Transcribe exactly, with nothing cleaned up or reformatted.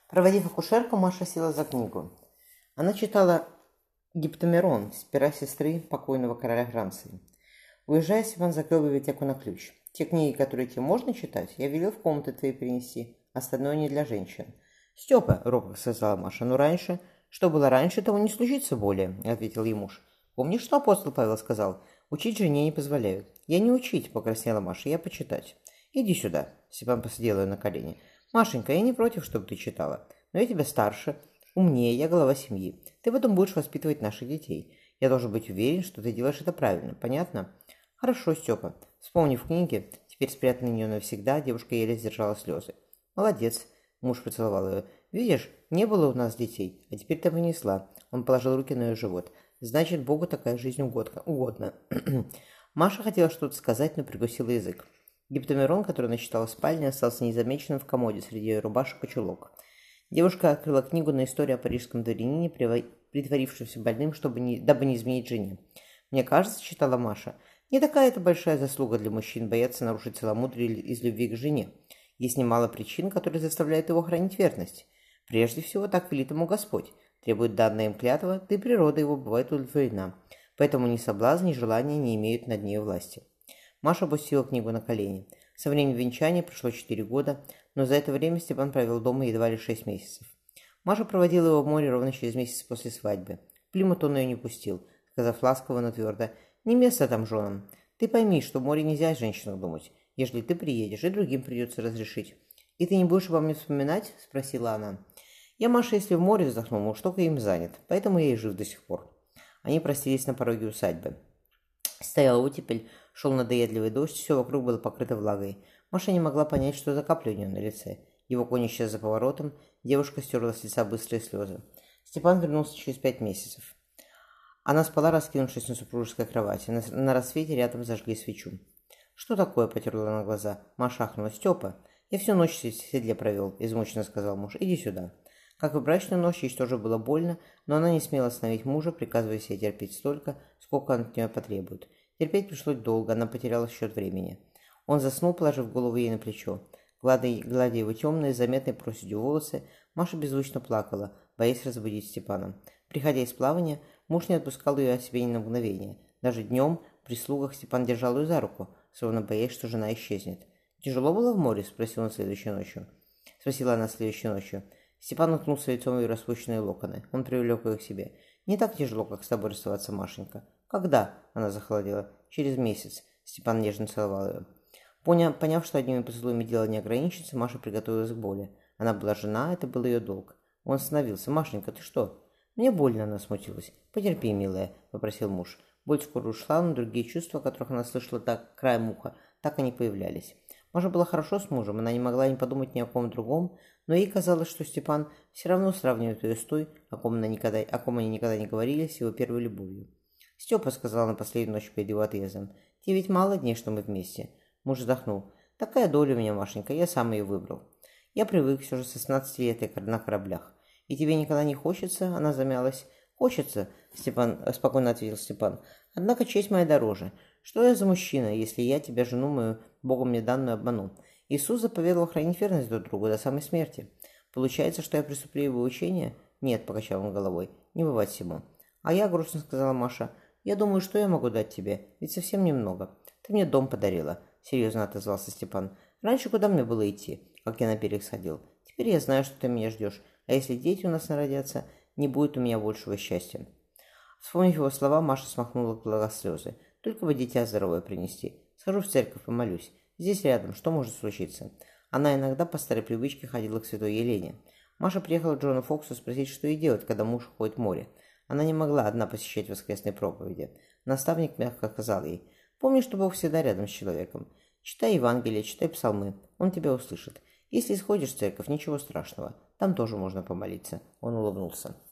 Проводив акушерку, Маша села за книгу. Она читала «Гиптомерон» с пера сестры покойного короля Франции. Уезжая, Степан закрыл библиотеку на ключ. «Те книги, которые тебе можно читать, я велел в комнаты твои принести, остальное не для женщин». «Степа», — робко сказала Маша, — «ну раньше...» «Что было раньше, того не случится более», — ответил ей муж. «Помнишь, что апостол Павел сказал? Учить жене не позволяют». «Я не учить», — покраснела Маша, — «я почитать». «Иди сюда», — Степан посадил ее на колени. «Машенька, я не против, чтобы ты читала, но я тебя старше, умнее, я глава семьи. Ты потом будешь воспитывать наших детей. Я должен быть уверен, что ты делаешь это правильно. Понятно?» «Хорошо, Степа». Вспомнив книги, теперь спрятанные у нее навсегда, девушка еле сдержала слезы. «Молодец», — муж поцеловал ее. «Видишь, не было у нас детей, а теперь ты вынесла». Он положил руки на ее живот. «Значит, Богу такая жизнь угодна». Маша хотела что-то сказать, но прикусила язык. Гиптомерон, который она читала в спальне, остался незамеченным в комоде среди ее рубашек и чулок. Девушка открыла книгу на историю о парижском дворянине, притворившемся больным, чтобы не, дабы не изменить жене. «Мне кажется, — читала Маша, — не такая это большая заслуга для мужчин бояться нарушить целомудрие из любви к жене. Есть немало причин, которые заставляют его хранить верность. Прежде всего, так велит ему Господь. Требует данная им клятва, да и природа его бывает удовлетворена. Поэтому ни соблазн, ни желания не имеют над ней власти». Маша опустила книгу на колени. Со времени венчания прошло четыре года, но за это время Степан провел дома едва ли шесть месяцев. Маша проводила его в море ровно через месяц после свадьбы. В Плимут он ее не пустил, сказав ласково, но твердо: «Не место там женам. Ты пойми, что в море нельзя о женщинах думать. Ежели ты приедешь, и другим придется разрешить». «И ты не будешь обо мне вспоминать?» – спросила она. «Я, Маша, если в море вздохнул, муж только им занят, поэтому я и жив до сих пор». Они простились на пороге усадьбы. Стояла оттепель, шел надоедливый дождь, все вокруг было покрыто влагой. Маша не могла понять, что за капля у нее на лице. Его конь исчез за поворотом, девушка стерла с лица быстрые слезы. Степан вернулся через пять месяцев. Она спала, раскинувшись на супружеской кровати. На, на рассвете рядом зажгли свечу. «Что такое?» – потерла она глаза. Маша ахнула. «Степа, я всю ночь в седле провел», – измученно сказал муж. «Иди сюда». Как и в брачную ночь, ей тоже было больно, но она не смела остановить мужа, приказывая себе терпеть столько, сколько он от нее потребует. Терпеть пришлось долго, она потеряла счет времени. Он заснул, положив голову ей на плечо. Гладя, гладя его темные, заметные проседью волосы, Маша беззвучно плакала, боясь разбудить Степана. Приходя из плавания, муж не отпускал ее от себя ни на мгновение. Даже днем при слугах Степан держал ее за руку, словно боясь, что жена исчезнет. «Тяжело было в море?» – спросил он следующей ночью. Спросила она следующей ночью. Степан уткнулся лицом в ее распущенные локоны. Он привлек ее к себе. «Не так тяжело, как с тобой расставаться, Машенька». «Когда?» – она захолодела. «Через месяц». Степан нежно целовал ее. Поняв, поняв, что одними поцелуями дело не ограничится, Маша приготовилась к боли. Она была жена, это был ее долг. Он остановился. «Машенька, ты что?» «Мне больно», — она смутилась. «Потерпи, милая», — попросил муж. Боль скоро ушла, но другие чувства, о которых она слышала так краем уха, так и не появлялись. Маша была хорошо с мужем, она не могла не подумать ни о ком другом, но ей казалось, что Степан все равно сравнивает ее с той, о ком, она никогда, о ком они никогда не говорили, с его первой любовью. «Степа», — сказала на последнюю ночь перед его отъездом, — «тебе ведь мало дней, что мы вместе». Муж вздохнул. «Такая доля у меня, Машенька, я сам ее выбрал. Я привык все же с шестнадцати лет на кораблях. И тебе никогда не хочется?» Она замялась. «Хочется», — Степан, спокойно ответил Степан. «Однако честь моя дороже. Что я за мужчина, если я тебя, жену мою, Богом мне данную, обману? Иисус заповедовал хранить верность друг другу до самой смерти. Получается, что я преступлю его учение?» «Нет», — покачал он головой, — «не бывать всему». «А я», — грустно сказала Маша, — «я думаю, что я могу дать тебе, ведь совсем немного. Ты мне дом подарила», — серьезно отозвался Степан. «Раньше куда мне было идти, как я на берег сходил? Теперь я знаю, что ты меня ждешь, а если дети у нас народятся, не будет у меня большего счастья». Вспомнив его слова, Маша смахнула глаза слезы. «Только бы дитя здоровое принести. Схожу в церковь, помолюсь. Здесь рядом, что может случиться?» Она иногда по старой привычке ходила к святой Елене. Маша приехала к Джону Фоксу спросить, что ей делать, когда муж уходит в море. Она не могла одна посещать воскресные проповеди. Наставник мягко сказал ей: «Помни, что Бог всегда рядом с человеком. Читай Евангелие, читай псалмы, Он тебя услышит. Если сходишь в церковь, ничего страшного, там тоже можно помолиться». Он улыбнулся.